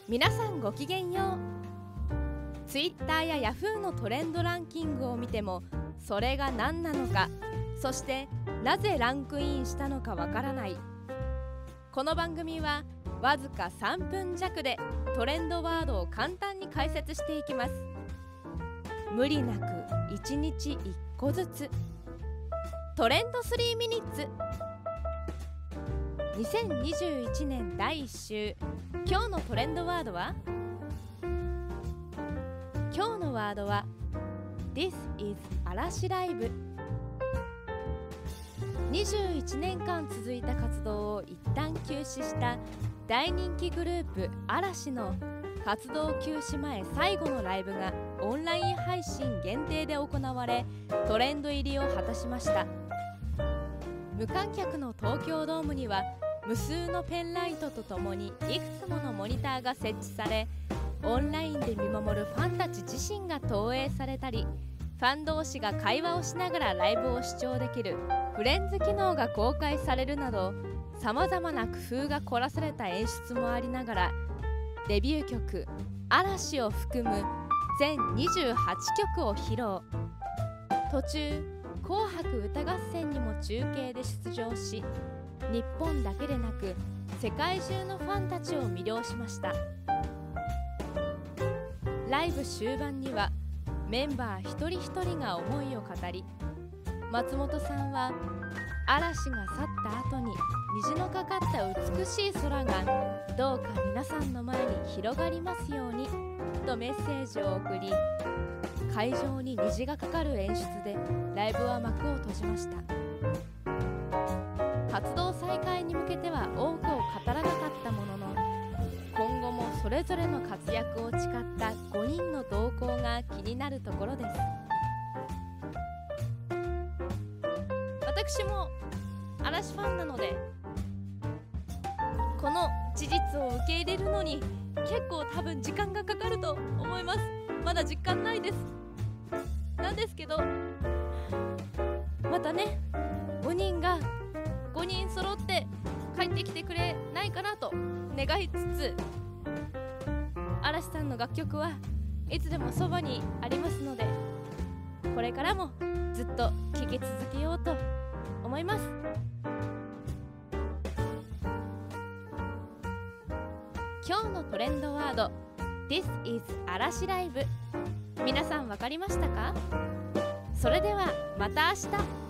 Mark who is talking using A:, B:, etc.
A: 皆さんごきげんよう。ツイッターやヤフーのトレンドランキングを見てもそれが何なのか、そしてなぜランクインしたのかわからない。この番組はわずか3分弱でトレンドワードを簡単に解説していきます。無理なく1日1個ずつ。トレンド3ミニッツ。2021年第1週、今日のトレンドワードは？今日のワードは This is 嵐ライブ。21年間続いた活動を一旦休止した大人気グループ嵐の活動休止前最後のライブがオンライン配信限定で行われ、トレンド入りを果たしました。無観客の東京ドームには無数のペンライトとともにいくつものモニターが設置され、オンラインで見守るファンたち自身が投影されたり、ファン同士が会話をしながらライブを視聴できるフレンズ機能が公開されるなど、さまざまな工夫が凝らされた演出もありながら、デビュー曲「嵐」を含む全28曲を披露。途中「紅白歌合戦」にも中継で出場し、日本だけでなく世界中のファンたちを魅了しました。ライブ終盤にはメンバー一人一人が思いを語り、松本さんは嵐が去った後に虹のかかった美しい空がどうか皆さんの前に広がりますようにとメッセージを送り、会場に虹がかかる演出でライブは幕を閉じました。活動再開に向けては多くを語らなかったものの、今後もそれぞれの活躍を誓った5人の動向が気になるところです。私も嵐ファンなので、この事実を受け入れるのに結構多分時間がかかると思います。まだ実感ないです。なんですけど、またね、5人揃って帰ってきてくれないかなと願いつつ、嵐さんの楽曲はいつでもそばにありますので、これからもずっと聴き続けようと思います。今日のトレンドワード This is 嵐ライブ。皆さん分かりましたか？それではまた明日。